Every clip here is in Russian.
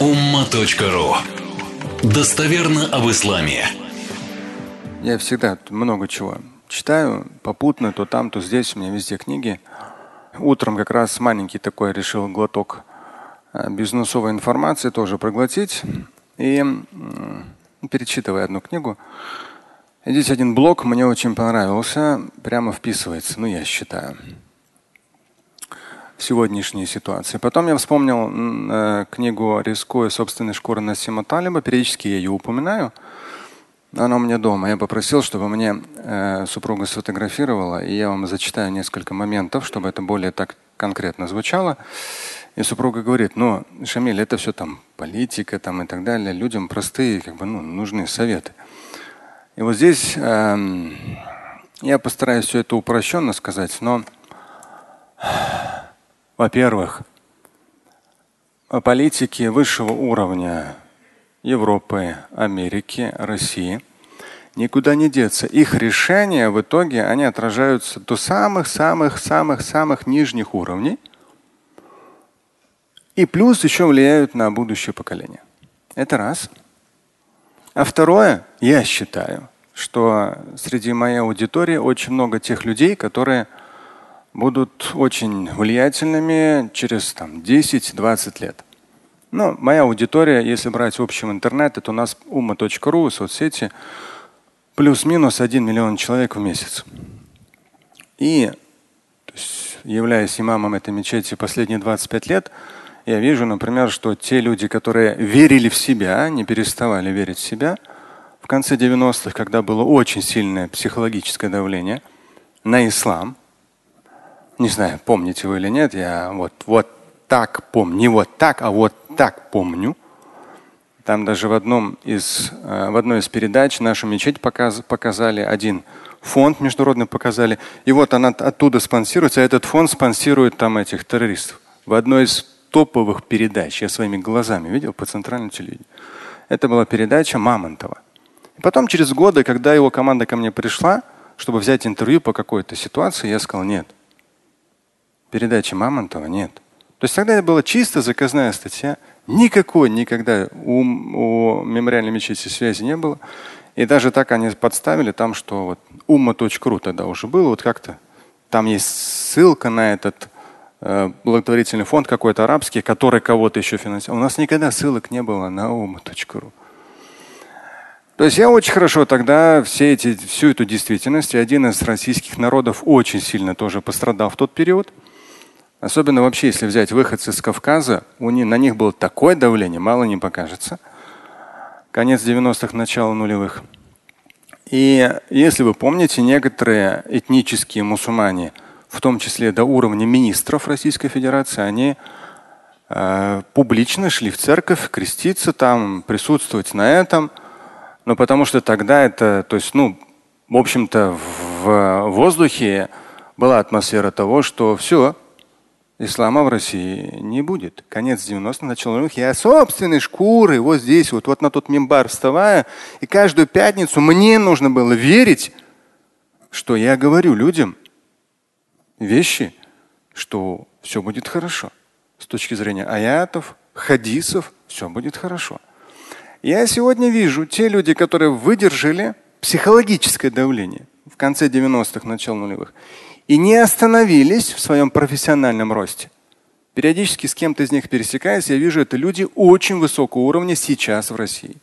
umma.ru. Достоверно об исламе. Я всегда много чего читаю, попутно, то там, то здесь, у меня везде книги. Утром как раз маленький такой решил глоток бизнесовой информации тоже проглотить. И перечитывая одну книгу, здесь один блог мне очень понравился, прямо вписывается, я считаю, в сегодняшней ситуации. Потом я вспомнил книгу «Рискуя собственной шкурой» Насима Талиба. Периодически я ее упоминаю. Она у меня дома. Я попросил, чтобы мне супруга сфотографировала, и я вам зачитаю несколько моментов, чтобы это более так конкретно звучало. И супруга говорит: Шамиль, это все там политика там, и так далее. Людям простые нужны советы. И вот здесь я постараюсь все это упрощенно сказать, но во-первых, политики высшего уровня Европы, Америки, России никуда не деться. Их решения в итоге они отражаются до самых-самых-самых-самых нижних уровней. И плюс еще влияют на будущее поколение. Это раз. А второе, я считаю, что среди моей аудитории очень много тех людей, которые будут очень влиятельными через 10-20 лет. Моя аудитория, если брать в общем интернет, это у нас umma.ru, соцсети, плюс-минус 1 миллион человек в месяц. И являясь имамом этой мечети последние 25 лет, я вижу, например, что те люди, которые верили в себя, не переставали верить в себя, в конце 90-х, когда было очень сильное психологическое давление на ислам, не знаю, помните вы или нет, я вот так помню, не вот так, а вот так помню. Там даже в одной из передач нашу мечеть показали, один фонд международный показали. И вот она оттуда спонсируется, а этот фонд спонсирует там этих террористов. В одной из топовых передач, я своими глазами видел по центральному телевидению. Это была передача Мамонтова. И потом через годы, когда его команда ко мне пришла, чтобы взять интервью по какой-то ситуации, я сказал: нет. Передачи Мамонтова нет. То есть тогда это была чисто заказная статья. Никогда у мемориальной мечети связи не было. И даже так они подставили там, что umma.ru тогда уже было. Как-то там есть ссылка на этот благотворительный фонд какой-то арабский, который кого-то еще финансирует. У нас никогда ссылок не было на umma.ru. То есть я очень хорошо тогда всю эту действительность, и один из российских народов очень сильно тоже пострадал в тот период. Особенно вообще, если взять выходцы с Кавказа, на них было такое давление, мало не покажется. Конец 90-х, начало нулевых. И если вы помните, некоторые этнические мусульмане, в том числе до уровня министров Российской Федерации, они публично шли в церковь, креститься там, присутствовать на этом. Но потому что тогда это, в общем-то, в воздухе была атмосфера того, что все, ислама в России не будет. Конец 90-х, начало нулевых. Я собственной шкурой вот здесь, вот на тот мимбар вставая, и каждую пятницу мне нужно было верить, что я говорю людям вещи, что все будет хорошо. С точки зрения аятов, хадисов, все будет хорошо. Я сегодня вижу те люди, которые выдержали психологическое давление в конце 90-х, начало нулевых, и не остановились в своем профессиональном росте. Периодически с кем-то из них пересекаясь, я вижу, это люди очень высокого уровня сейчас в России.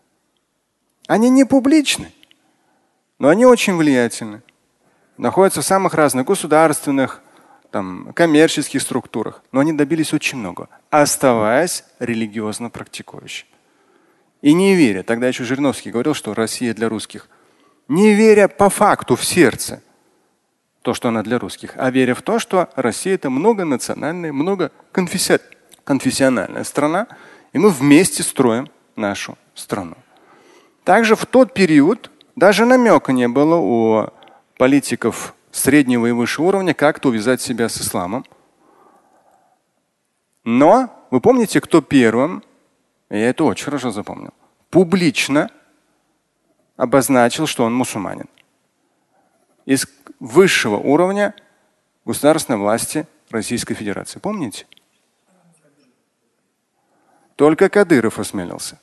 Они не публичны, но они очень влиятельны. Находятся в самых разных государственных, коммерческих структурах. Но они добились очень много, оставаясь религиозно практикующими. И не веря, тогда еще Жириновский говорил, что Россия для русских, не веря по факту в сердце, то, что она для русских, а веря в то, что Россия это многонациональная, многоконфессиональная страна, и мы вместе строим нашу страну. Также в тот период даже намека не было у политиков среднего и высшего уровня как-то увязать себя с исламом. Но вы помните, кто первым, я это очень хорошо запомнил, публично обозначил, что он мусульманин. Из высшего уровня государственной власти Российской Федерации. Помните? Только Кадыров осмелился.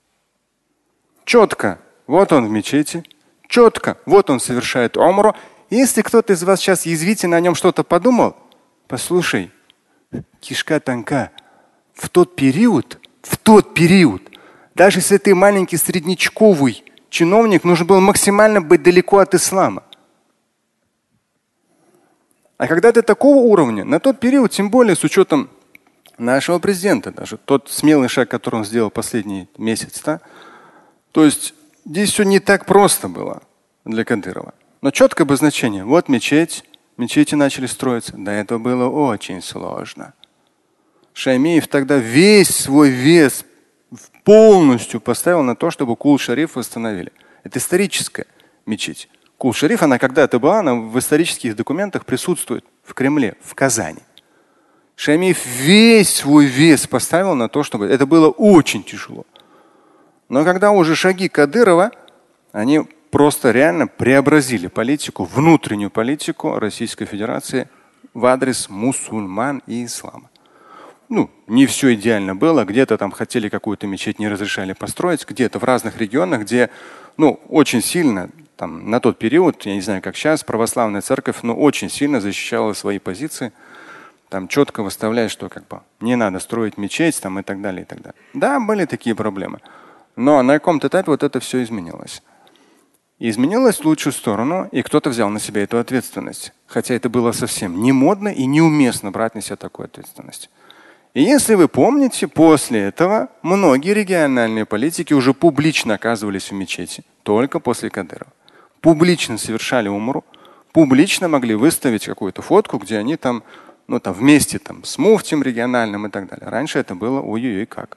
Четко. Вот он в мечети. Четко. Вот он совершает умру. Если кто-то из вас сейчас язвительно о нем что-то подумал, послушай, кишка тонка. В тот период, даже если ты маленький среднячковый чиновник, нужно было максимально быть далеко от ислама. А когда ты такого уровня, на тот период, тем более с учетом нашего президента, даже тот смелый шаг, который он сделал последний месяц, да? То есть здесь все не так просто было для Кадырова. Но четкое обозначение. Вот мечеть, мечети начали строиться. До этого было очень сложно. Шаймиев тогда весь свой вес полностью поставил на то, чтобы Кул-Шариф восстановили. Это историческая мечеть. Кул-Шариф, она когда-то была, она в исторических документах присутствует в Кремле, в Казани. Шаймиев весь свой вес поставил на то, чтобы… Это было очень тяжело. Но когда уже шаги Кадырова, они просто реально преобразили политику, внутреннюю политику Российской Федерации в адрес мусульман и ислама. Не все идеально было. Где-то там хотели какую-то мечеть, не разрешали построить. Где-то в разных регионах, где очень сильно, там, на тот период, я не знаю, как сейчас, православная церковь, очень сильно защищала свои позиции. Там четко выставляя, что не надо строить мечеть там, и так далее, и так далее. Да, были такие проблемы. Но на каком-то этапе вот это все изменилось. И изменилось в лучшую сторону, и кто-то взял на себя эту ответственность. Хотя это было совсем не модно и неуместно брать на себя такую ответственность. И если вы помните, после этого многие региональные политики уже публично оказывались в мечети, только после Кадырова. Публично совершали умру, публично могли выставить какую-то фотку, где они там, вместе с муфтием региональным и так далее. Раньше это было ой-ой-ой как.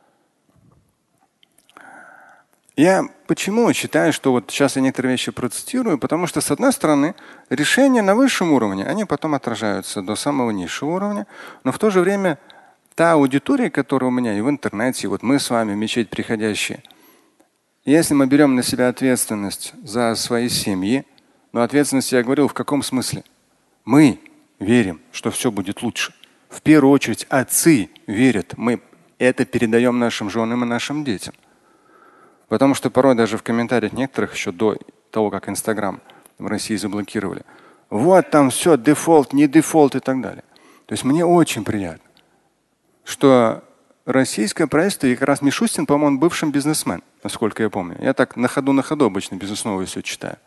Я почему считаю, что вот сейчас я некоторые вещи процитирую, потому что, с одной стороны, решения на высшем уровне, они потом отражаются до самого низшего уровня, но в то же время та аудитория, которая у меня и в интернете, и вот мы с вами, мечеть приходящие, если мы берем на себя ответственность за свои семьи, но ответственность, я говорил, в каком смысле? Мы верим, что все будет лучше. В первую очередь отцы верят, мы это передаем нашим женам и нашим детям. Потому что порой даже в комментариях некоторых, еще до того, как Инстаграм в России заблокировали, вот там все, дефолт, не дефолт и так далее. То есть мне очень приятно, что российское правительство, и как раз Мишустин, по-моему, бывший бизнесмен, насколько я помню. Я так на ходу обычно бизнесовое все читаю.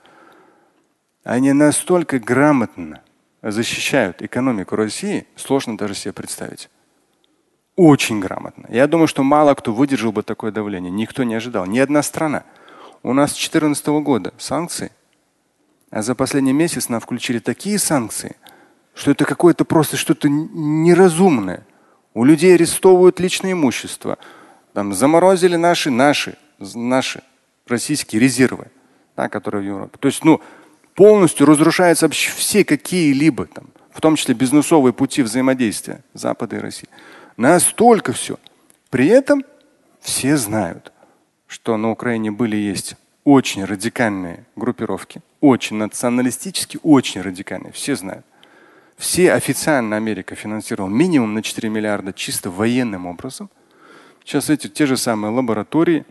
Они настолько грамотно защищают экономику России, сложно даже себе представить. Очень грамотно. Я думаю, что мало кто выдержал бы такое давление. Никто не ожидал. Ни одна страна. У нас с 2014 года санкции, а за последний месяц нам включили такие санкции, что это какое-то просто что-то неразумное. У людей арестовывают личное имущество. Там заморозили наши российские резервы, которые в Европе. То есть, полностью разрушаются вообще все какие-либо, в том числе бизнесовые пути взаимодействия Запада и России. Настолько все. При этом все знают, что на Украине есть очень радикальные группировки, очень националистические, очень радикальные. Все знают. Все официально Америка финансировала минимум на 4 миллиарда чисто военным образом. Сейчас те же самые лаборатории.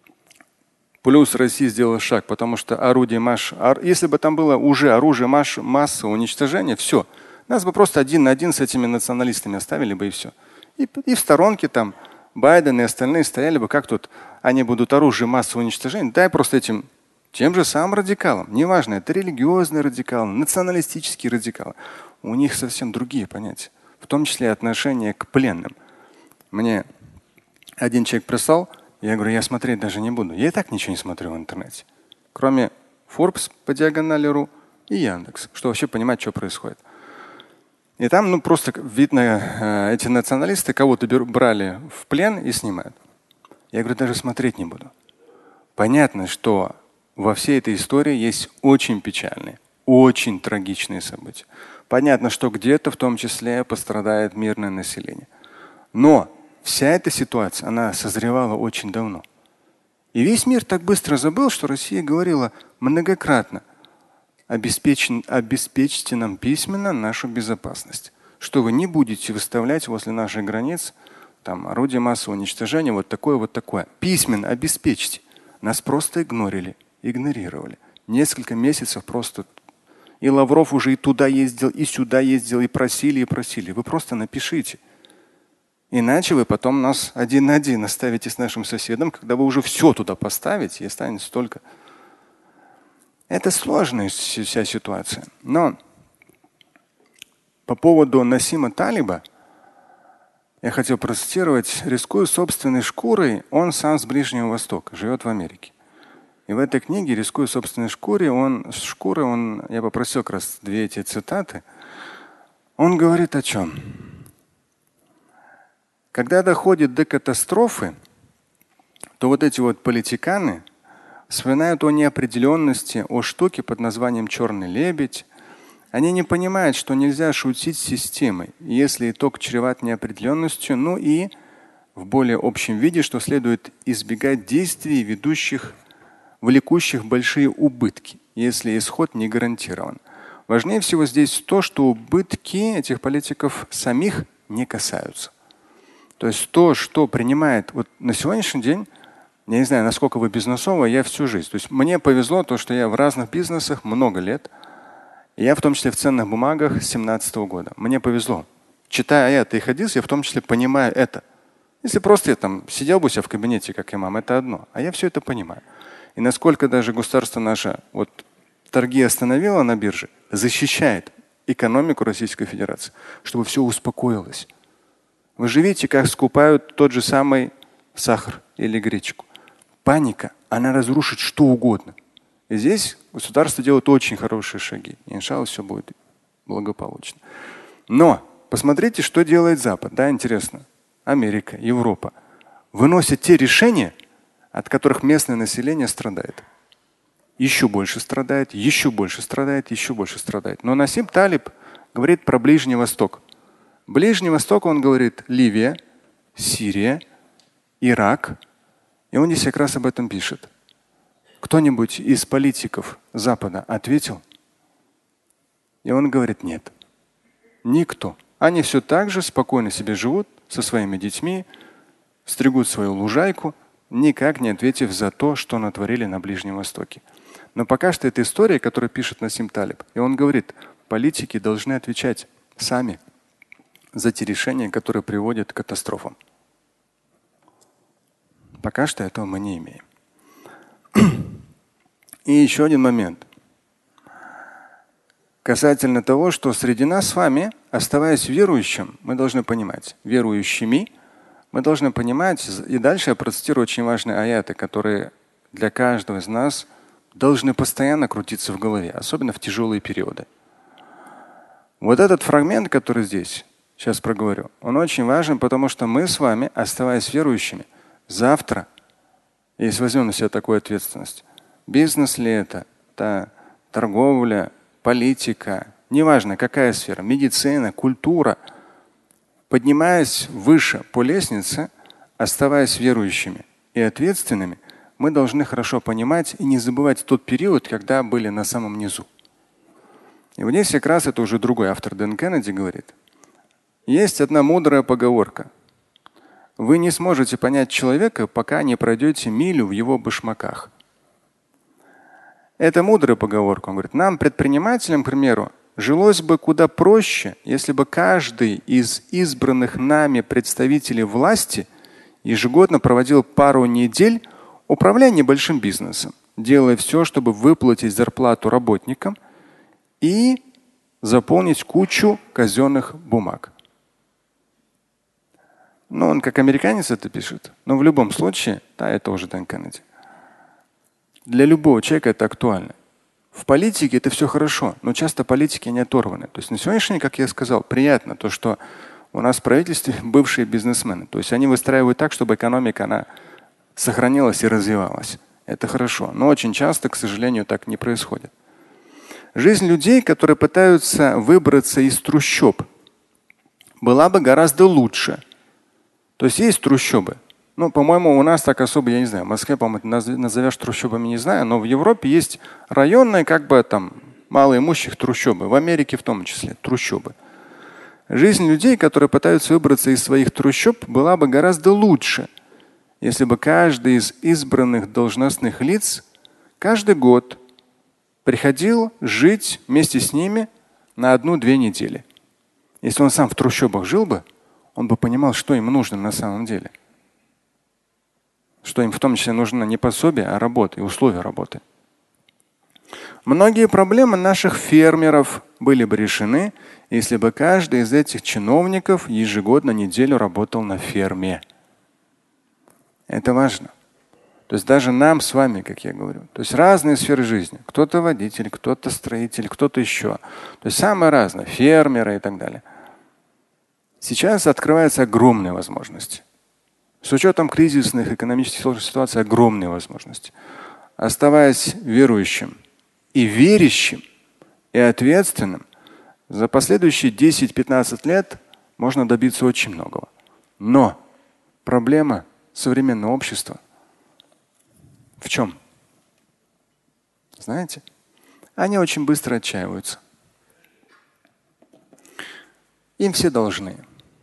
Плюс Россия сделала шаг, потому что если бы там было уже оружие массового уничтожения, все. Нас бы просто один на один с этими националистами оставили бы и все. И в сторонке там Байден и остальные стояли бы, как тут они будут оружие массового уничтожения. Дай просто тем же самым радикалам. Неважно, это религиозные радикалы, националистические радикалы. У них совсем другие понятия, в том числе отношение к пленным. Мне один человек прислал, я говорю, я смотреть даже не буду. Я и так ничего не смотрю в интернете. Кроме Forbes по диагонали.ру и Яндекс, чтобы вообще понимать, что происходит. И там просто видно, эти националисты кого-то брали в плен и снимают. Я говорю, даже смотреть не буду. Понятно, что во всей этой истории есть очень печальные, очень трагичные события. Понятно, что где-то в том числе пострадает мирное население. Но вся эта ситуация, она созревала очень давно. И весь мир так быстро забыл, что Россия говорила многократно: обеспечьте нам письменно нашу безопасность, что вы не будете выставлять возле наших границ там орудие массового уничтожения, вот такое, вот такое. Письменно обеспечьте. Нас просто игнорировали. Несколько месяцев просто. И Лавров уже и туда ездил, и сюда ездил, и просили, и просили. Вы просто напишите. Иначе вы потом нас один на один оставите с нашим соседом, когда вы уже все туда поставите, и останется только. Это сложная вся ситуация. Но по поводу Насима Талиба я хотел процитировать: рискуя собственной шкурой, он сам с Ближнего Востока, живет в Америке. И в этой книге «Рискуя собственной шкурой», я попросил как раз две эти цитаты. Он говорит о чем? Когда доходит до катастрофы, то вот эти вот политиканы вспоминают о неопределенности, о штуке под названием «черный лебедь». Они не понимают, что нельзя шутить с системой, если итог чреват неопределенностью, ну и в более общем виде, что следует избегать действий, влекущих большие убытки, если исход не гарантирован. Важнее всего здесь то, что убытки этих политиков самих не касаются. То есть то, что принимает вот на сегодняшний день, я не знаю, насколько вы бизнесовый, я всю жизнь. То есть мне повезло то, что я в разных бизнесах много лет. Я в том числе в ценных бумагах с 2017 года. Мне повезло. Читая это и хадис, я в том числе понимаю это. Если просто я там сидел бы у себя в кабинете, как имам, это одно. А я все это понимаю. И насколько даже государство наше вот торги остановило на бирже, защищает экономику Российской Федерации, чтобы все успокоилось. Вы же видите, как скупают тот же самый сахар или гречку. Паника, она разрушит что угодно. И здесь государство делает очень хорошие шаги. И иншаллах все будет благополучно. Но посмотрите, что делает Запад. Да, интересно. Америка, Европа выносят те решения, от которых местное население страдает. Еще больше страдает, еще больше страдает, еще больше страдает. Но Насим Талиб говорит про Ближний Восток. Ближний Восток, он говорит, Ливия, Сирия, Ирак. И он здесь как раз об этом пишет. Кто-нибудь из политиков Запада ответил? И он говорит, нет. Никто. Они все так же спокойно себе живут со своими детьми, стригут свою лужайку, никак не ответив за то, что натворили на Ближнем Востоке. Но пока что это история, которую пишет Насим Талиб. И он говорит, политики должны отвечать сами за те решения, которые приводят к катастрофам. Пока что этого мы не имеем. И еще один момент. Касательно того, что среди нас с вами, оставаясь верующим, мы должны понимать, верующими, мы должны понимать, и дальше я процитирую очень важные аяты, которые для каждого из нас должны постоянно крутиться в голове, особенно в тяжелые периоды. Вот этот фрагмент, который здесь, сейчас проговорю, он очень важен, потому что мы с вами, оставаясь верующими, завтра, если возьмем на себя такую ответственность, бизнес ли это, торговля, политика, неважно какая сфера, медицина, культура, поднимаясь выше по лестнице, оставаясь верующими и ответственными, мы должны хорошо понимать и не забывать тот период, когда были на самом низу. И вот здесь как раз это уже другой автор Дэн Кеннеди говорит. Есть одна мудрая поговорка. Вы не сможете понять человека, пока не пройдете милю в его башмаках. Это мудрая поговорка. Он говорит, нам, предпринимателям, к примеру, жилось бы куда проще, если бы каждый из избранных нами представителей власти ежегодно проводил пару недель, управляя небольшим бизнесом, делая все, чтобы выплатить зарплату работникам и заполнить кучу казенных бумаг. Ну, он как американец это пишет, но в любом случае, да, это уже Дэн Кеннеди. Для любого человека это актуально. В политике это все хорошо, но часто политики не оторваны. То есть на сегодняшний день, как я сказал, приятно то, что у нас в правительстве бывшие бизнесмены. То есть они выстраивают так, чтобы экономика она сохранилась и развивалась. Это хорошо. Но очень часто, к сожалению, так не происходит. Жизнь людей, которые пытаются выбраться из трущоб, была бы гораздо лучше. То есть есть трущобы. Ну, по-моему, у нас так особо, я не знаю, в Москве, по-моему, назовешь трущобами, не знаю, но в Европе есть районные, как бы там, малоимущих трущобы. В Америке в том числе трущобы. Жизнь людей, которые пытаются выбраться из своих трущоб, была бы гораздо лучше, если бы каждый из избранных должностных лиц каждый год приходил жить вместе с ними на 1-2 недели. Если он сам в трущобах жил бы, он бы понимал, что им нужно на самом деле. Что им в том числе нужно не пособие, а работа и условия работы. Многие проблемы наших фермеров были бы решены, если бы каждый из этих чиновников ежегодно неделю работал на ферме. Это важно. То есть даже нам с вами, как я говорю, то есть разные сферы жизни. Кто-то водитель, кто-то строитель, кто-то еще. То есть самое разное, фермеры и так далее. Сейчас открываются огромные возможности. С учетом кризисных экономических сложных ситуаций огромные возможности. Оставаясь верующим и верящим, и ответственным, за последующие 10-15 лет можно добиться очень многого. Но проблема современного общества в чем? Знаете? Они очень быстро отчаиваются. Им все должны.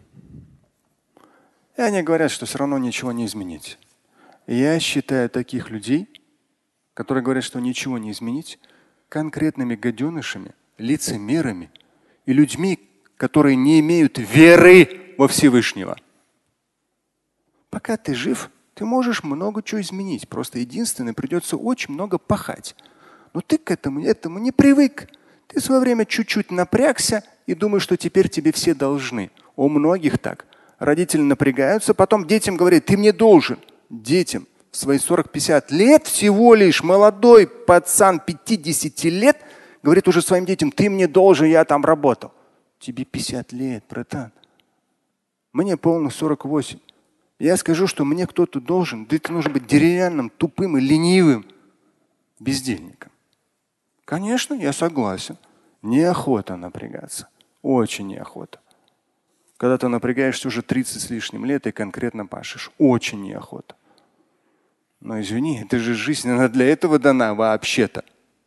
И они говорят, что все равно ничего не изменить. И я считаю таких людей, которые говорят, что ничего не изменить, конкретными гаденышами, лицемерами и людьми, которые не имеют веры во Всевышнего. Пока ты жив, ты можешь много чего изменить. Просто единственное, придется очень много пахать. Но ты к этому не привык. Ты в свое время чуть-чуть напрягся и думаешь, что теперь тебе все должны. У многих так. Родители напрягаются, потом детям говорят, ты мне должен. Детям в свои 40-50 лет всего лишь молодой пацан 50 лет говорит уже своим детям, ты мне должен, я там работал. Тебе 50 лет, братан. Мне полных 48. Я скажу, что мне кто-то должен, да ты нужно быть деревянным, тупым и ленивым бездельником. Конечно, я согласен. Неохота напрягаться. Очень неохота. Когда ты напрягаешься уже 30 с лишним лет и конкретно пашешь. Очень неохота. Но извини, это же жизнь, она для этого дана вообще-то.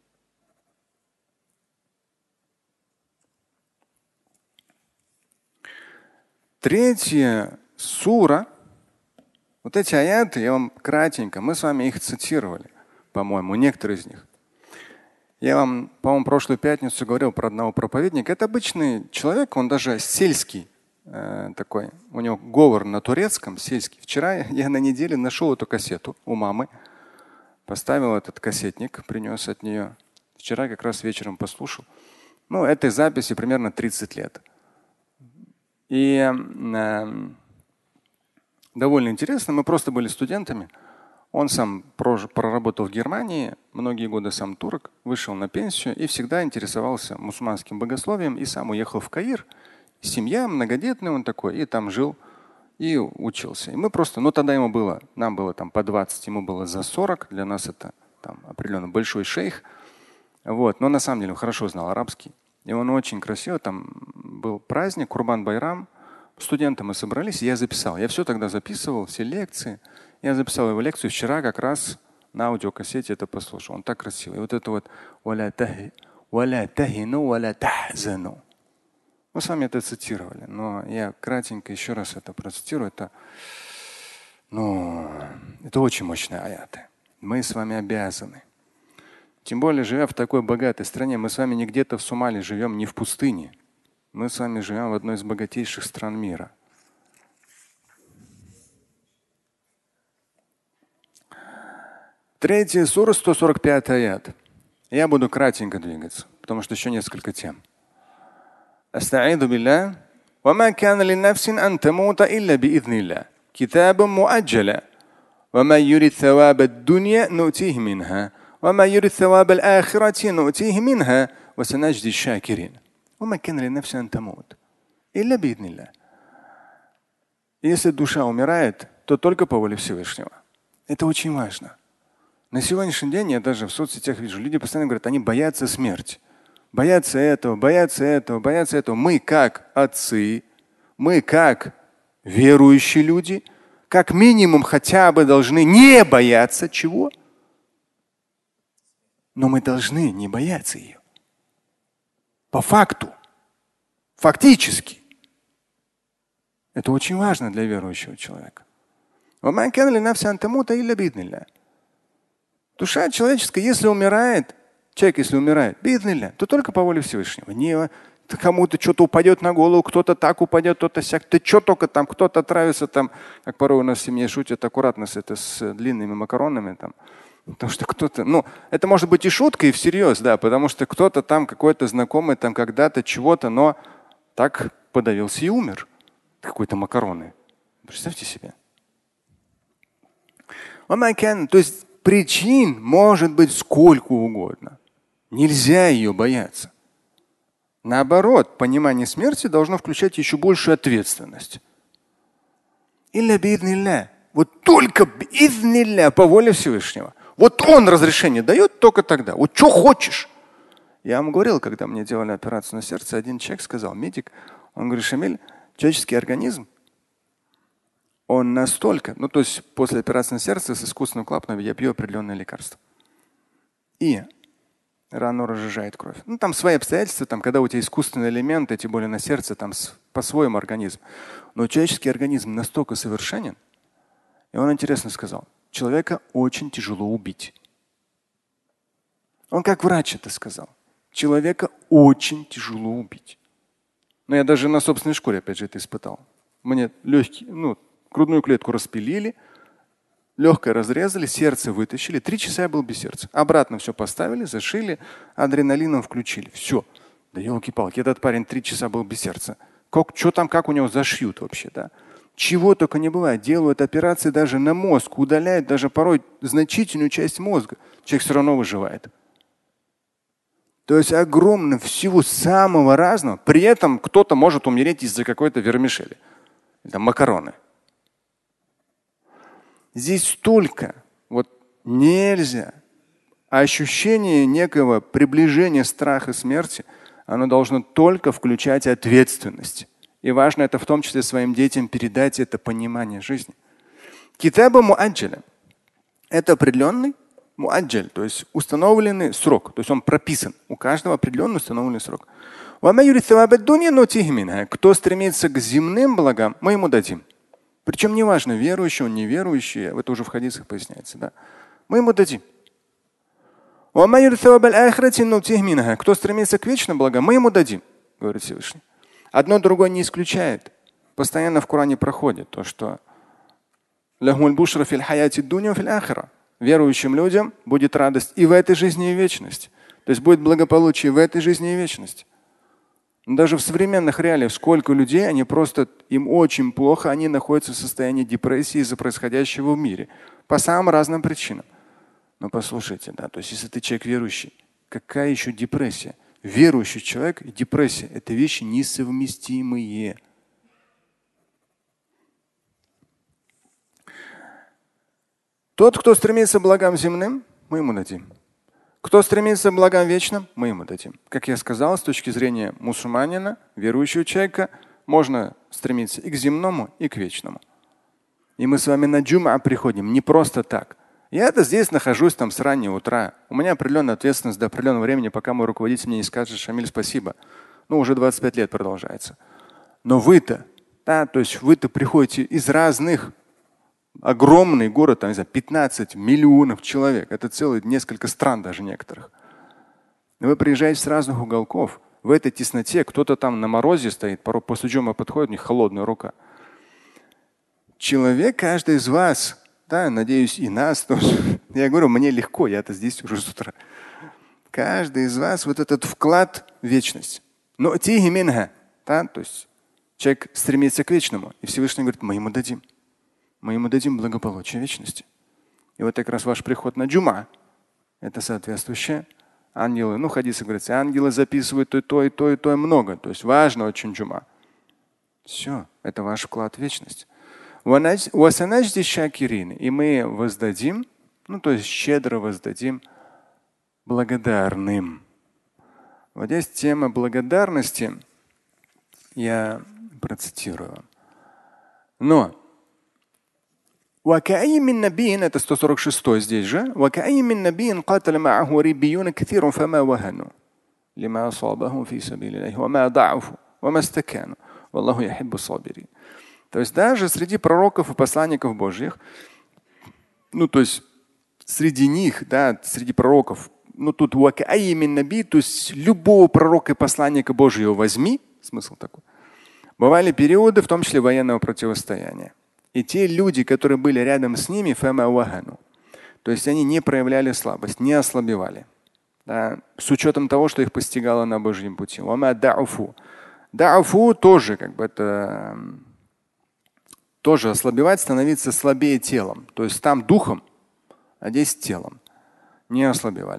Третья сура. Вот эти аяты, я вам кратенько, мы с вами их цитировали, по-моему, некоторые из них. Я вам, по-моему, прошлую пятницу говорил про одного проповедника. Это обычный человек, он даже сельский такой. У него говор на турецком, сельский. Вчера я на неделе нашел эту кассету у мамы. Поставил этот кассетник, принес от нее. Вчера как раз вечером послушал. Ну, этой записи примерно 30 лет. И довольно интересно. Мы просто были студентами. Он сам проработал в Германии, многие годы сам турок, вышел на пенсию и всегда интересовался мусульманским богословием и сам уехал в Каир. Семья, многодетный он такой, и там жил и учился. И мы просто, ну тогда нам было там по 20, ему было за 40, для нас это там определенно большой шейх. Вот. Но на самом деле он хорошо знал арабский. И он очень красиво, там был праздник, Курбан-Байрам. Студенты мы собрались, и я записал. Я все тогда записывал, все лекции. Я записал его лекцию вчера как раз на аудиокассете это послушал. Он так красивый. И вот это вот мы с вами это цитировали, но я кратенько еще раз это процитирую. Это очень мощные аяты. Мы с вами обязаны. Тем более, живя в такой богатой стране, мы с вами не где-то в Сомали живем, не в пустыне. Мы с вами живем в одной из богатейших стран мира. Третья сура, 145 аят. Я буду кратенько двигаться, потому что еще несколько тем. أستعيذ بالله وما كان لنفس أن تموت إلا بإذن الله كتابا مؤجلا وما يريد ثواب الدنيا نؤتيه منها وما يريد ثواب الآخرة نؤتيه منها وسنجزي الشاكرين وما كان لنفس أن تموت إلا بإذن الله. Если душа умирает, то только по воле Всевышнего. Это очень важно. На сегодняшний день я даже в соцсетях вижу, люди постоянно говорят, они боятся смерти. Боятся этого, боятся этого, боятся этого. Мы как отцы, мы как верующие люди, как минимум хотя бы должны не бояться чего? Но мы должны не бояться ее. По факту. Фактически. Это очень важно для верующего человека. Душа человеческая, если умирает, человек, если умирает, то только по воле Всевышнего. Не кому-то что-то упадет на голову, кто-то так упадет, кто-то сяк. Ты что только там, кто-то отравится там, как порой у нас в семье шутят, аккуратно с длинными макаронами там. Потому что кто-то, это может быть и шутка, и всерьез, да, потому что кто-то там, какой-то знакомый там когда-то чего-то, но так подавился и умер. Какой-то макароны. Представьте себе. То есть причин может быть сколько угодно. Нельзя ее бояться. Наоборот, понимание смерти должно включать еще большую ответственность. Вот только по воле Всевышнего. Вот он разрешение дает только тогда. Вот что хочешь. Я вам говорил, когда мне делали операцию на сердце, один человек сказал, медик, он говорит, Шамиль, человеческий организм, он настолько, то есть после операции на сердце с искусственным клапаном я пью определенные лекарства. И рано разжижает кровь. Там свои обстоятельства, когда у тебя искусственные элементы, тем более на сердце, по-своему организм. Но человеческий организм настолько совершенен, и он интересно сказал, человека очень тяжело убить. Он как врач это сказал. Человека очень тяжело убить. Но я даже на собственной шкуре, опять же, это испытал. Мне грудную клетку распилили, легкое разрезали, сердце вытащили. 3 часа я был без сердца. Обратно все поставили, зашили, адреналином включили. Все. Да елки-палки, этот парень 3 часа был без сердца. Что там, как у него зашьют вообще, да? Чего только не бывает. Делают операции даже на мозг, удаляют даже порой значительную часть мозга. Человек все равно выживает. То есть огромно всего самого разного. При этом кто-то может умереть из-за какой-то вермишели. Там макароны. Здесь только нельзя. Ощущение некого приближения страха смерти, оно должно только включать ответственность. И важно это в том числе своим детям передать это понимание жизни. Китаба муаджаля – это определенный муаджаль, то есть установленный срок. То есть он прописан. У каждого определенный установленный срок. Кто стремится к земным благам, мы ему дадим. Причем неважно, верующий он, неверующий, это уже в хадисах поясняется. Да? Мы ему дадим. Кто стремится к вечным благам, мы ему дадим, говорит Всевышний. Одно другое не исключает. Постоянно в Коране проходит то, что верующим людям будет радость и в этой жизни, и в вечности. То есть будет благополучие в этой жизни и в вечности. Но даже в современных реалиях сколько людей, им очень плохо, они находятся в состоянии депрессии из-за происходящего в мире. По самым разным причинам. Но послушайте, то есть если ты человек верующий, какая еще депрессия? Верующий человек и депрессия – это вещи несовместимые. Тот, кто стремится к благам земным, мы ему дадим. Кто стремится к благам вечным, мы ему дадим. Как я сказал, с точки зрения мусульманина, верующего человека, можно стремиться и к земному, и к вечному. И мы с вами на джум'а приходим не просто так. Я-то здесь нахожусь с раннего утра. У меня определенная ответственность до определенного времени, пока мой руководитель мне не скажет, Шамиль, спасибо. Уже 25 лет продолжается. Но вы-то, то есть вы-то приходите из разных, огромный город, 15 миллионов человек. Это целые несколько стран даже некоторых. Вы приезжаете с разных уголков. В этой тесноте кто-то там на морозе стоит, порой после джума подходит, у них холодная рука. Человек, каждый из вас, надеюсь, и нас тоже. Я говорю, мне легко, я-то здесь уже с утра. Каждый из вас этот вклад в вечность. Но то есть человек стремится к вечному. И Всевышний говорит, мы ему дадим. Мы ему дадим благополучие вечности. И вот как раз ваш приход на джума, это соответствующее. Ангелы, хадисы говорят, ангелы записывают и то, и то, и то, и много. То есть важно очень джума. Все, это ваш вклад в вечность. И мы воздадим, то есть щедро воздадим благодарным. Вот здесь тема благодарности, я процитирую. Но это 146 здесь же. То есть даже среди пророков и посланников Божьих, то есть среди них, да, среди пророков, тут наби, то есть любого пророка и посланника Божьего возьми, смысл такой. Бывали периоды, в том числе военного противостояния. И те люди, которые были рядом с ними, то есть они не проявляли слабость, не ослабевали. Да, с учетом того, что их постигало на Божьем пути. Да'уфу тоже это тоже ослабевать, становиться слабее телом. То есть там духом, а здесь телом. Не ослабевали.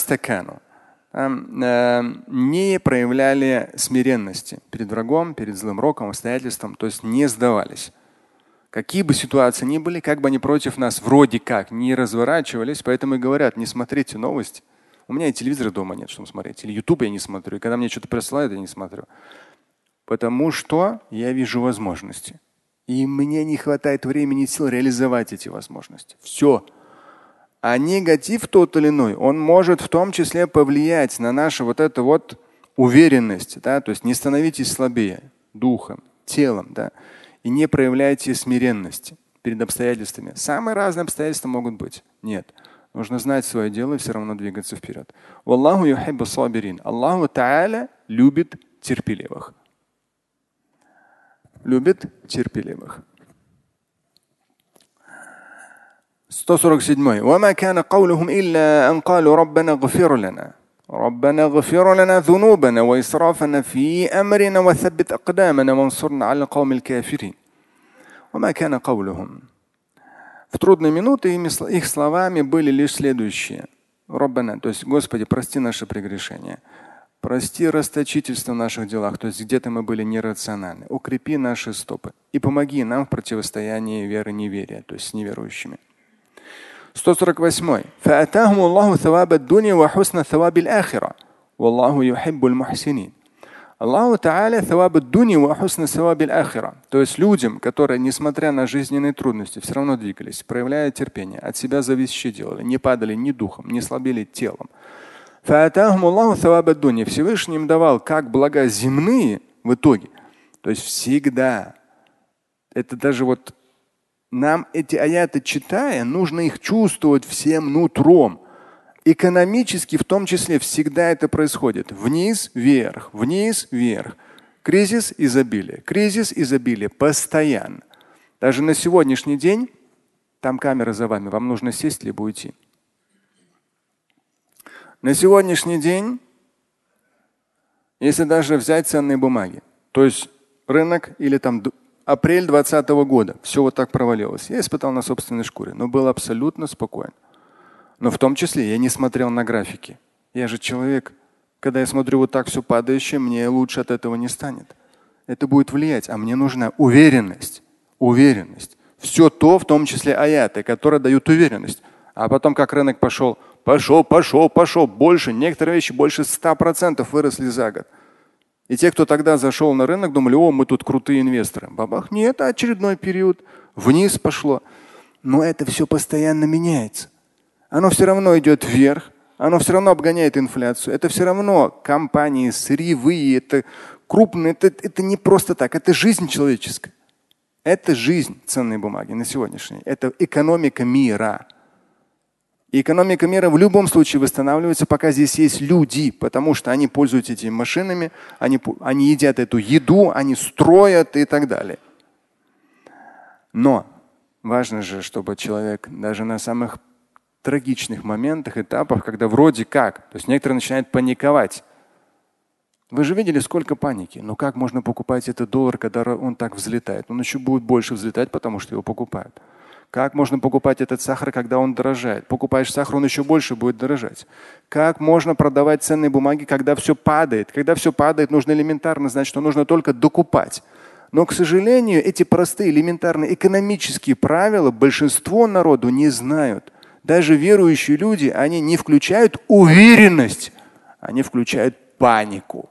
Не проявляли смиренности перед врагом, перед злым роком, обстоятельством, то есть не сдавались. Какие бы ситуации ни были, как бы они против нас вроде как не разворачивались, поэтому и говорят, не смотрите новости. У меня и телевизора дома нет, чтобы смотреть. Или YouTube я не смотрю. И когда мне что-то присылают, я не смотрю. Потому что я вижу возможности. И мне не хватает времени и сил реализовать эти возможности. Все. А негатив тот или иной, он может в том числе повлиять на нашу уверенность. Да? То есть не становитесь слабее духом, телом. Да? И не проявляйте смиренности перед обстоятельствами. Самые разные обстоятельства могут быть. Нет. Нужно знать свое дело и все равно двигаться вперед. Аллаху юхиббу сабирин. Аллаху Та'аля любит терпеливых. Любит терпеливых. 147. وما كان قولهم إلا أن قالوا ربنا اغفر لنا. ربنا اغفر لنا ذنوبنا وإسرافنا في أمرنا وثبت أقدامنا وانصرنا على القوم الكافرين. وما كان قولهم. В трудные минуты их словами были лишь следующие. Раббана, то есть Господи, прости наши прегрешения. Прости расточительство в наших делах, то есть где-то мы были нерациональны. Укрепи наши стопы и помоги нам в противостоянии веры и неверия, то есть с неверующими. 148. فَأَتَاهُمُ اللَّهُ ثَوَابَ الدُّنْيَا وَحُسْنَ ثَوَابِ الْآخِرَةِ وَاللَّهُ يُحِبُّ الْمُحْسِنِينَ. Аллаху Та'аля ثَوَابَ الدُّنْيَا وَحُسْنَ ثَوَابِ الْآخِرَةِ. То есть людям, которые, несмотря на жизненные трудности, все равно двигались, проявляя терпение, от себя зависящее делали, не падали ни духом, не слабели телом. فَأَتَاهُمُ اللَّهُ ثَوَابَ الدُّنْيَا. Всевышний им давал как блага земные в итоге. То есть всегда. Это даже нам эти аяты читая, нужно их чувствовать всем нутром. Экономически в том числе всегда это происходит. Вниз, вверх, вниз, вверх. Кризис, изобилие. Постоянно. Даже на сегодняшний день, там камера за вами, вам нужно сесть либо уйти. На сегодняшний день, если даже взять ценные бумаги, то есть рынок или апрель 2020 года, все так провалилось. Я испытал на собственной шкуре, но был абсолютно спокоен. Но в том числе я не смотрел на графики. Я же человек, когда я смотрю так все падающее, мне лучше от этого не станет. Это будет влиять, а мне нужна уверенность. Уверенность. Все то, в том числе аяты, которые дают уверенность. А потом как рынок пошел, больше, некоторые вещи больше 100% выросли за год. И те, кто тогда зашел на рынок, думали, мы тут крутые инвесторы. Бабах, нет, очередной период, вниз пошло. Но это все постоянно меняется. Оно все равно идет вверх, оно все равно обгоняет инфляцию. Это все равно компании сырьевые, это крупные, это не просто так, это жизнь человеческая. Это жизнь ценной бумаги на сегодняшний. Это экономика мира. И экономика мира в любом случае восстанавливается, пока здесь есть люди, потому что они пользуются этими машинами, они едят эту еду, они строят и так далее. Но важно же, чтобы человек даже на самых трагичных моментах, этапах, когда вроде как, то есть некоторые начинают паниковать. Вы же видели, сколько паники. Но как можно покупать этот доллар, когда он так взлетает? Он еще будет больше взлетать, потому что его покупают. Как можно покупать этот сахар, когда он дорожает? Покупаешь сахар, он еще больше будет дорожать. Как можно продавать ценные бумаги, когда все падает? Когда все падает, нужно элементарно знать, что нужно только докупать. Но, к сожалению, эти простые элементарные экономические правила большинство народу не знают. Даже верующие люди, они не включают уверенность, они включают панику.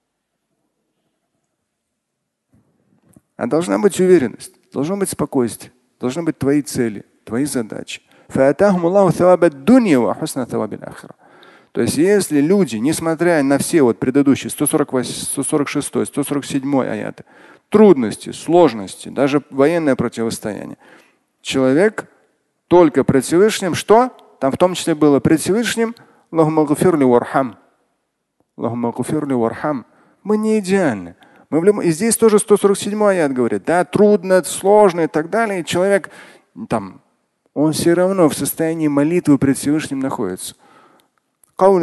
А должна быть уверенность, должно быть спокойствие, должны быть твои цели, твои задачи. То То есть если люди, несмотря на все вот предыдущие 148, 146, 147 аяты, трудности, сложности, даже военное противостояние, человек только пред Всевышним, что? Там в том числе было пред Всевышним Аллахумма гфирли вархам. Аллахумма гфирли вархам. Мы не идеальны. И здесь тоже 147 аят говорит, да, трудно, сложно и так далее. И человек там, он все равно в состоянии молитвы пред Всевышним находится. То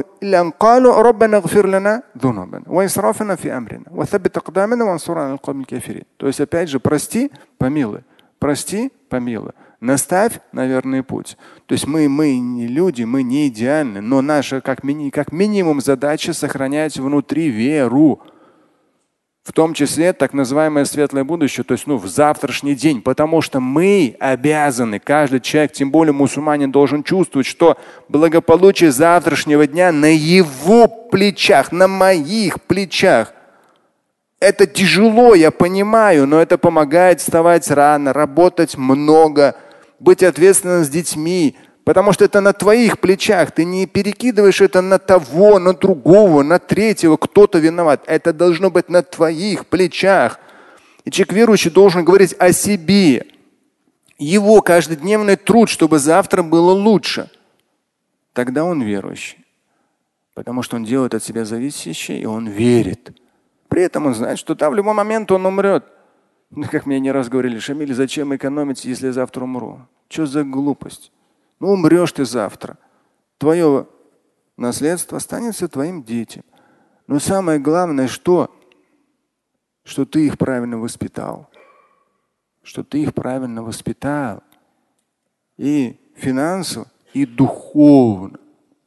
есть опять же прости, помилуй. Прости, помилуй. Наставь на верный путь. То есть мы не люди, мы не идеальны, но наша как минимум задача сохранять внутри веру. В том числе так называемое светлое будущее, то есть в завтрашний день. Потому что мы обязаны, каждый человек, тем более мусульманин, должен чувствовать, что благополучие завтрашнего дня на его плечах, на моих плечах. Это тяжело, я понимаю, но это помогает вставать рано, работать много, быть ответственным с детьми. Потому что это на твоих плечах. Ты не перекидываешь это на того, на другого, на третьего. Кто-то виноват. Это должно быть на твоих плечах. И человек верующий должен говорить о себе. Его каждодневный труд, чтобы завтра было лучше. Тогда он верующий. Потому что он делает от себя зависящее, и он верит. При этом он знает, что там в любой момент он умрет. Как мне не раз говорили: Шамиль, зачем экономить, если я завтра умру? Что за глупость? Умрешь ты завтра. Твое наследство останется твоим детям. Но самое главное, что ты их правильно воспитал. Что ты их правильно воспитал. И финансово, и духовно.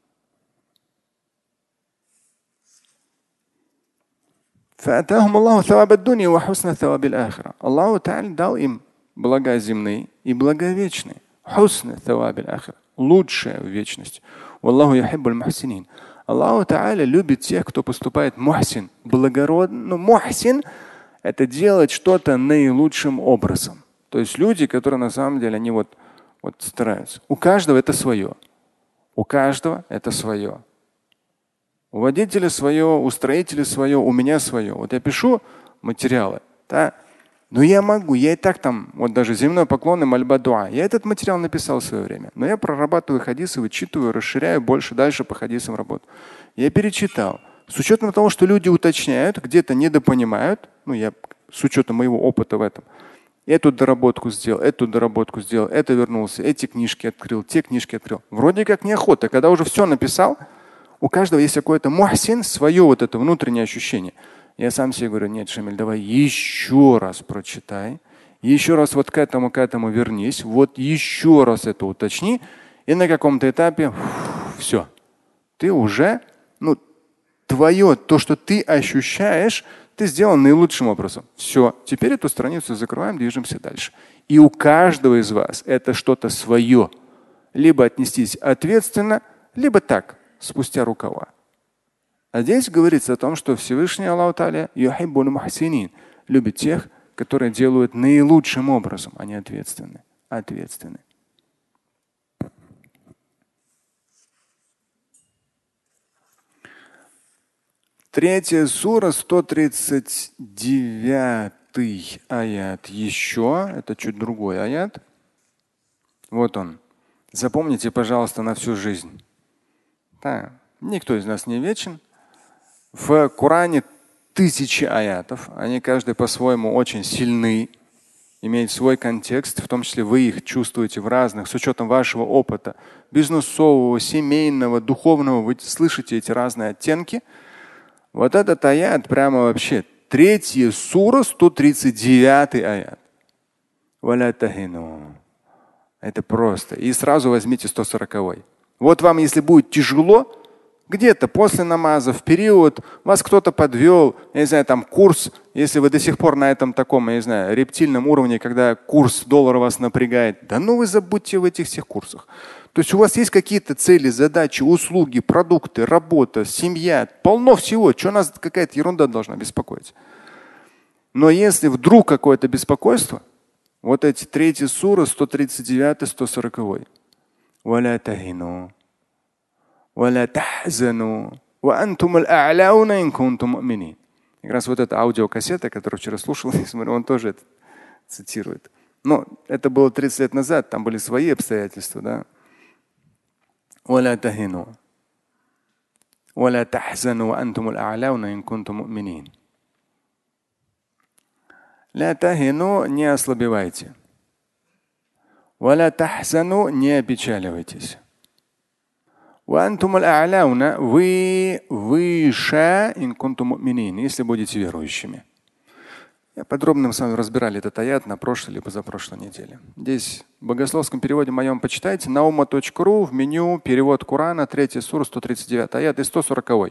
Аллаху Та'аля дал им блага земные и блага вечные. Лучшее в вечности. Аллаху Та'аля любит тех, кто поступает мухсин, благородно. Мухсин – это делать что-то наилучшим образом. То есть люди, которые на самом деле, они вот стараются. У каждого это свое. У каждого это свое. У водителя свое, у строителя свое, у меня свое. Вот я пишу материалы, да? Но я могу, я и так там, вот даже земной поклон и мольба дуа. Я этот материал написал в свое время. Но я прорабатываю хадисы, вычитываю, расширяю больше, дальше по хадисам работаю. Я перечитал. С учетом того, что люди уточняют, где-то недопонимают, я с учетом моего опыта в этом, эту доработку сделал, это вернулся, эти книжки открыл, те книжки открыл. Вроде как неохота. Когда уже все написал, у каждого есть какой-то мухсин, свое вот это внутреннее ощущение. Я сам себе говорю: нет, Шамиль, давай еще раз прочитай, еще раз вот к этому вернись, вот еще раз это уточни, и на каком-то этапе все. Ты уже, твое, то, что ты ощущаешь, ты сделал наилучшим образом. Все, теперь эту страницу закрываем, движемся дальше. И у каждого из вас это что-то свое. Либо отнестись ответственно, либо так, спустя рукава. А здесь говорится о том, что Всевышний Аллах Та'аля любит тех, которые делают наилучшим образом, они ответственны. Третья сура, 139 аят. Еще, это чуть другой аят. Вот он. Запомните, пожалуйста, на всю жизнь. Да. Никто из нас не вечен. В Коране тысячи аятов. Они каждый по-своему очень сильны, имеют свой контекст, в том числе вы их чувствуете в разных, с учетом вашего опыта, бизнесового, семейного, духовного, вы слышите эти разные оттенки. Вот этот аят прямо вообще. Третья сура, 139 аят. Это просто. И сразу возьмите 140. Вот вам, если будет тяжело, где-то после намаза, в период, вас кто-то подвел, я не знаю, там курс, если вы до сих пор на этом таком, я не знаю, рептильном уровне, когда курс доллара вас напрягает, вы забудьте в этих всех курсах. То есть у вас есть какие-то цели, задачи, услуги, продукты, работа, семья, полно всего. Что нас какая-то ерунда должна беспокоить? Но если вдруг какое-то беспокойство, вот эти 3 сура, 139, 140. ولا تحزنوا وأنتم الأعلون إن كنتم مؤمنين. Как раз вот эта аудиокассета, которую вчера слушал, смотрю, он тоже это цитирует. Но это было 30 лет назад, там были свои обстоятельства, да. ولا تهنوا ولا تحزنوا وأنتم الأعلون إن كنتم مؤمنين. لا تهنوا, не ослабевайте. ولا تحزنوا, не опечаливайтесь. وأنتم الأعلون, вы выше إن كنتم مؤمنين, если будете верующими. Я подробно с вами разбирали этот аят на прошлой или позапрошлой неделе. Здесь в богословском переводе моем почитайте. Наuma.ру в меню перевод Корана, 3 сура, 139 аят и 140.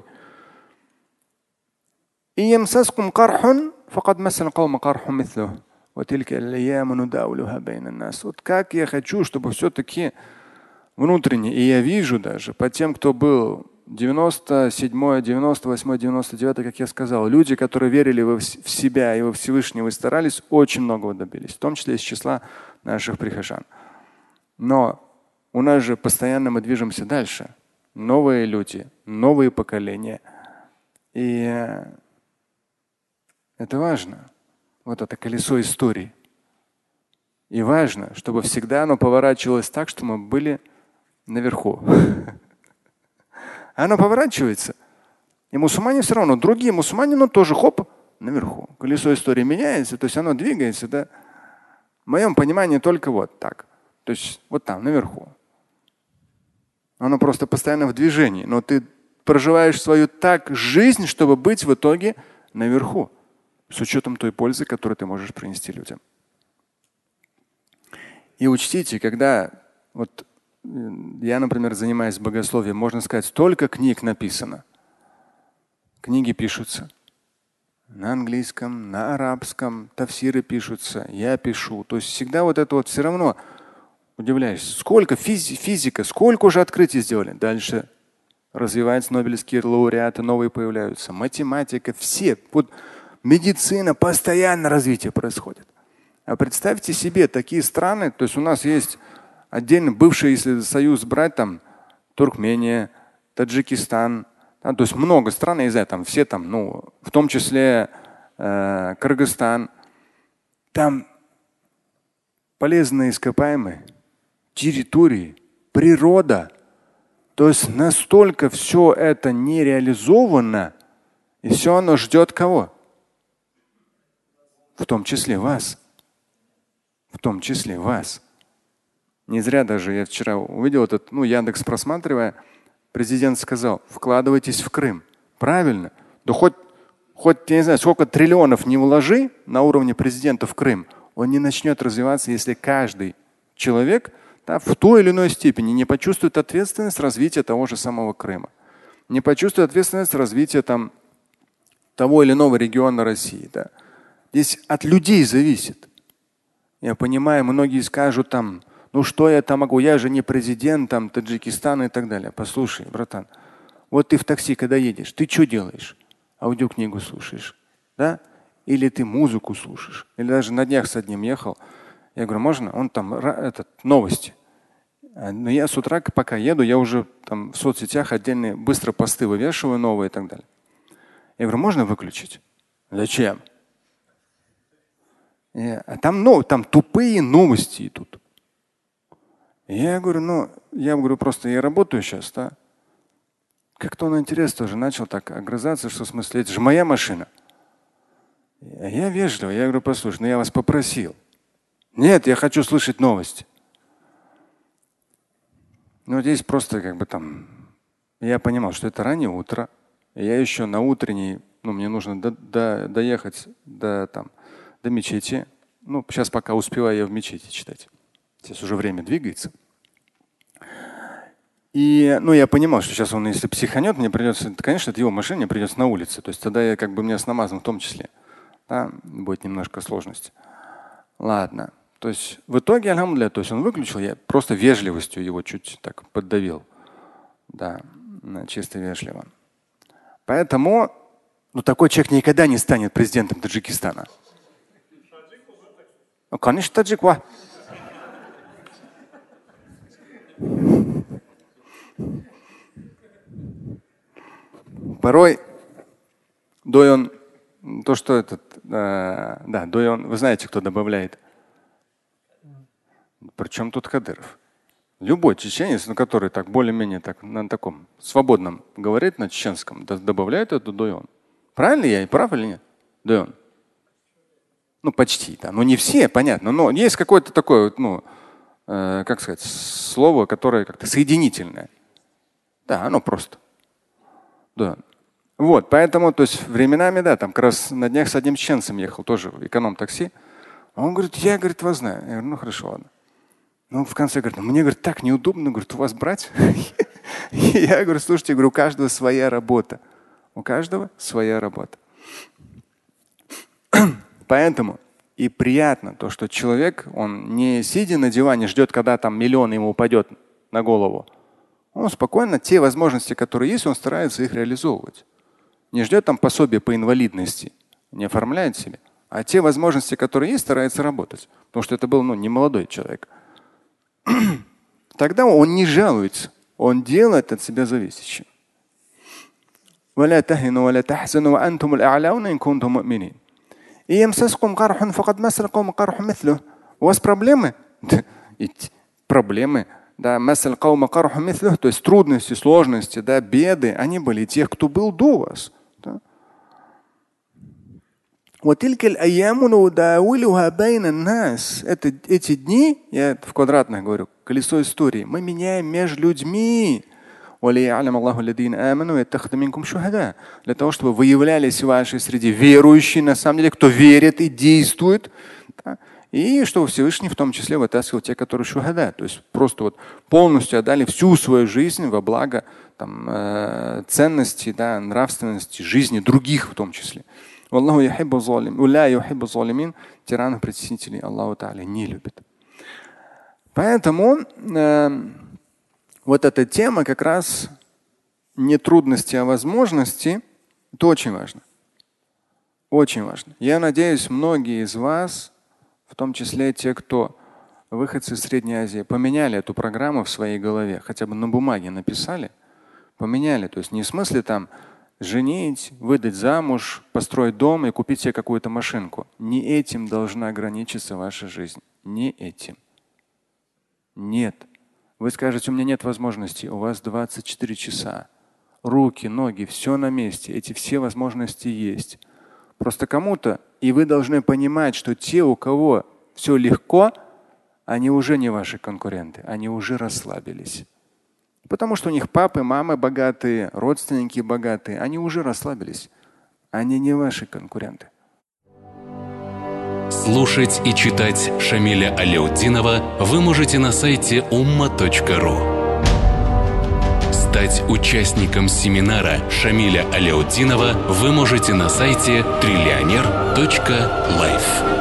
Иямсаскум кархун факад масал каума кархун мислу. Вот как я хочу, чтобы все-таки внутренне, и я вижу даже по тем, кто был 97, 98, 99, как я сказал, люди, которые верили в себя и во Всевышнего и старались, очень многого добились, в том числе из числа наших прихожан. Но у нас же постоянно мы движемся дальше. Новые люди, новые поколения. И это важно. Вот это колесо истории. И важно, чтобы всегда оно поворачивалось так, что мы были наверху. Оно поворачивается. И мусульмане все равно, другие мусульмане, но тоже хоп, наверху. Колесо истории меняется, то есть оно двигается. Да? В моем понимании только вот так. То есть вот там, наверху. Оно просто постоянно в движении. Но ты проживаешь свою так жизнь, чтобы быть в итоге наверху. С учетом той пользы, которую ты можешь принести людям. И учтите, когда вот я, например, занимаюсь богословием, можно сказать, столько книг написано. Книги пишутся на английском, на арабском, тафсиры пишутся, я пишу. То есть всегда вот это вот все равно удивляешься. Сколько физика, сколько уже открытий сделали. Дальше развиваются нобелевские лауреаты, новые появляются. Математика, все. Вот медицина, постоянно развитие происходит. А представьте себе такие страны, то есть у нас есть отдельно бывший, если союз брать, там Туркмения, Таджикистан, то есть много стран, я не знаю, там все там, ну, в том числе Кыргызстан, там полезные ископаемые, территории, природа. То есть настолько все это не реализовано, и все оно ждет кого? В том числе вас. В том числе вас. Не зря даже я вчера увидел этот, Яндекс просматривая, президент сказал, вкладывайтесь в Крым. Правильно. Да хоть, я не знаю, сколько триллионов не вложи на уровне президента в Крым, он не начнет развиваться, если каждый человек в той или иной степени не почувствует ответственность развития того же самого Крыма. Не почувствует ответственность развития того или иного региона России. Да. Здесь от людей зависит. Я понимаю, многие скажут что я там могу, я же не президент Таджикистана и так далее. Послушай, братан, вот ты в такси, когда едешь, ты что делаешь? Аудиокнигу слушаешь, да? Или ты музыку слушаешь? Или даже на днях с одним ехал. Я говорю, можно? Он новости. Но я с утра, пока еду, я уже в соцсетях отдельные быстро посты вывешиваю новые и так далее. Я говорю, можно выключить? Зачем? А там тупые новости идут. Я говорю, просто я работаю сейчас, да. Как-то он интерес тоже начал так огрызаться, что в смысле, это же моя машина. Я вежливо, я говорю, послушай, я вас попросил. Нет, я хочу слышать новости. Здесь просто я понимал, что это раннее утро. Я еще на утренней, мне нужно доехать до мечети. Сейчас пока успеваю я в мечети читать. Сейчас уже время двигается. И я понимал, что сейчас он, если психанет, мне придется, конечно, это его машина, мне придется на улице. То есть тогда я мне с намазом в том числе. Да, будет немножко сложности. Ладно. То есть в итоге, альхамдулилля, то есть он выключил, я просто вежливостью его чуть так поддавил. Да, чисто вежливо. Поэтому такой человек никогда не станет президентом Таджикистана. Конечно, таджик. порой дойон, то, что дойон, вы знаете, кто добавляет. Причем тут Кадыров? Любой чеченец, который так более-менее так, на таком свободном говорит, на чеченском, добавляет эту дойон. Правильно я? Прав или нет? Дойон. Ну, почти. Да. Ну, не все, понятно. Но есть какое-то такое, как сказать, слово, которое как-то соединительное. Да, оно просто. Да. Вот, поэтому, то есть временами, да, там как раз на днях с одним чеченцем ехал, тоже в эконом-такси. Он говорит, я, говорит, вас знаю. Я говорю, ну хорошо, ладно. Ну, в конце говорит, мне, говорит, так неудобно, говорит, у вас брать. Я говорю, слушайте, говорю, у каждого своя работа. У каждого своя работа. Поэтому и приятно то, что человек, он не сидя на диване, ждет, когда там миллион ему упадет на голову. Он спокойно те возможности, которые есть, он старается их реализовывать. Не ждет там пособия по инвалидности, не оформляет себе. А те возможности, которые есть, старается работать. Потому что это был не молодой человек. Тогда он не жалуется, он делает от себя зависящим. У вас проблемы? Проблемы, да, то есть трудности, сложности, да, беды, они были тех, кто был до вас. Да. Эти дни, я в квадратных говорю, колесо истории, мы меняем между людьми. Для того, чтобы выявлялись в вашей среде верующие, на самом деле, кто верит и действует. Да, и чтобы Всевышний в том числе вытаскивал те, которые шухада. То есть просто полностью отдали всю свою жизнь во благо ценности, да, нравственности, жизни других в том числе. Аллаху юхиббу залимин, тиранов, притеснителей Аллаху Та'аля не любит. Поэтому вот эта тема как раз не трудности, а возможности, это очень важно. Очень важно. Я надеюсь, многие из вас, в том числе те, кто выходцы из Средней Азии, поменяли эту программу в своей голове, хотя бы на бумаге написали, поменяли. То есть не в смысле там женить, выдать замуж, построить дом и купить себе какую-то машинку. Не этим должна ограничиться ваша жизнь. Не этим. Нет. Вы скажете, у меня нет возможностей. У вас 24 часа. Руки, ноги, все на месте. Эти все возможности есть. Просто кому-то, и вы должны понимать, что те, у кого все легко, они уже не ваши конкуренты. Они уже расслабились. Потому что у них папы, мамы богатые, родственники богатые. Они уже расслабились. Они не ваши конкуренты. Слушать и читать Шамиля Аляутдинова вы можете на сайте umma.ru. Стать участником семинара Шамиля Аляутдинова вы можете на сайте trillioner.life.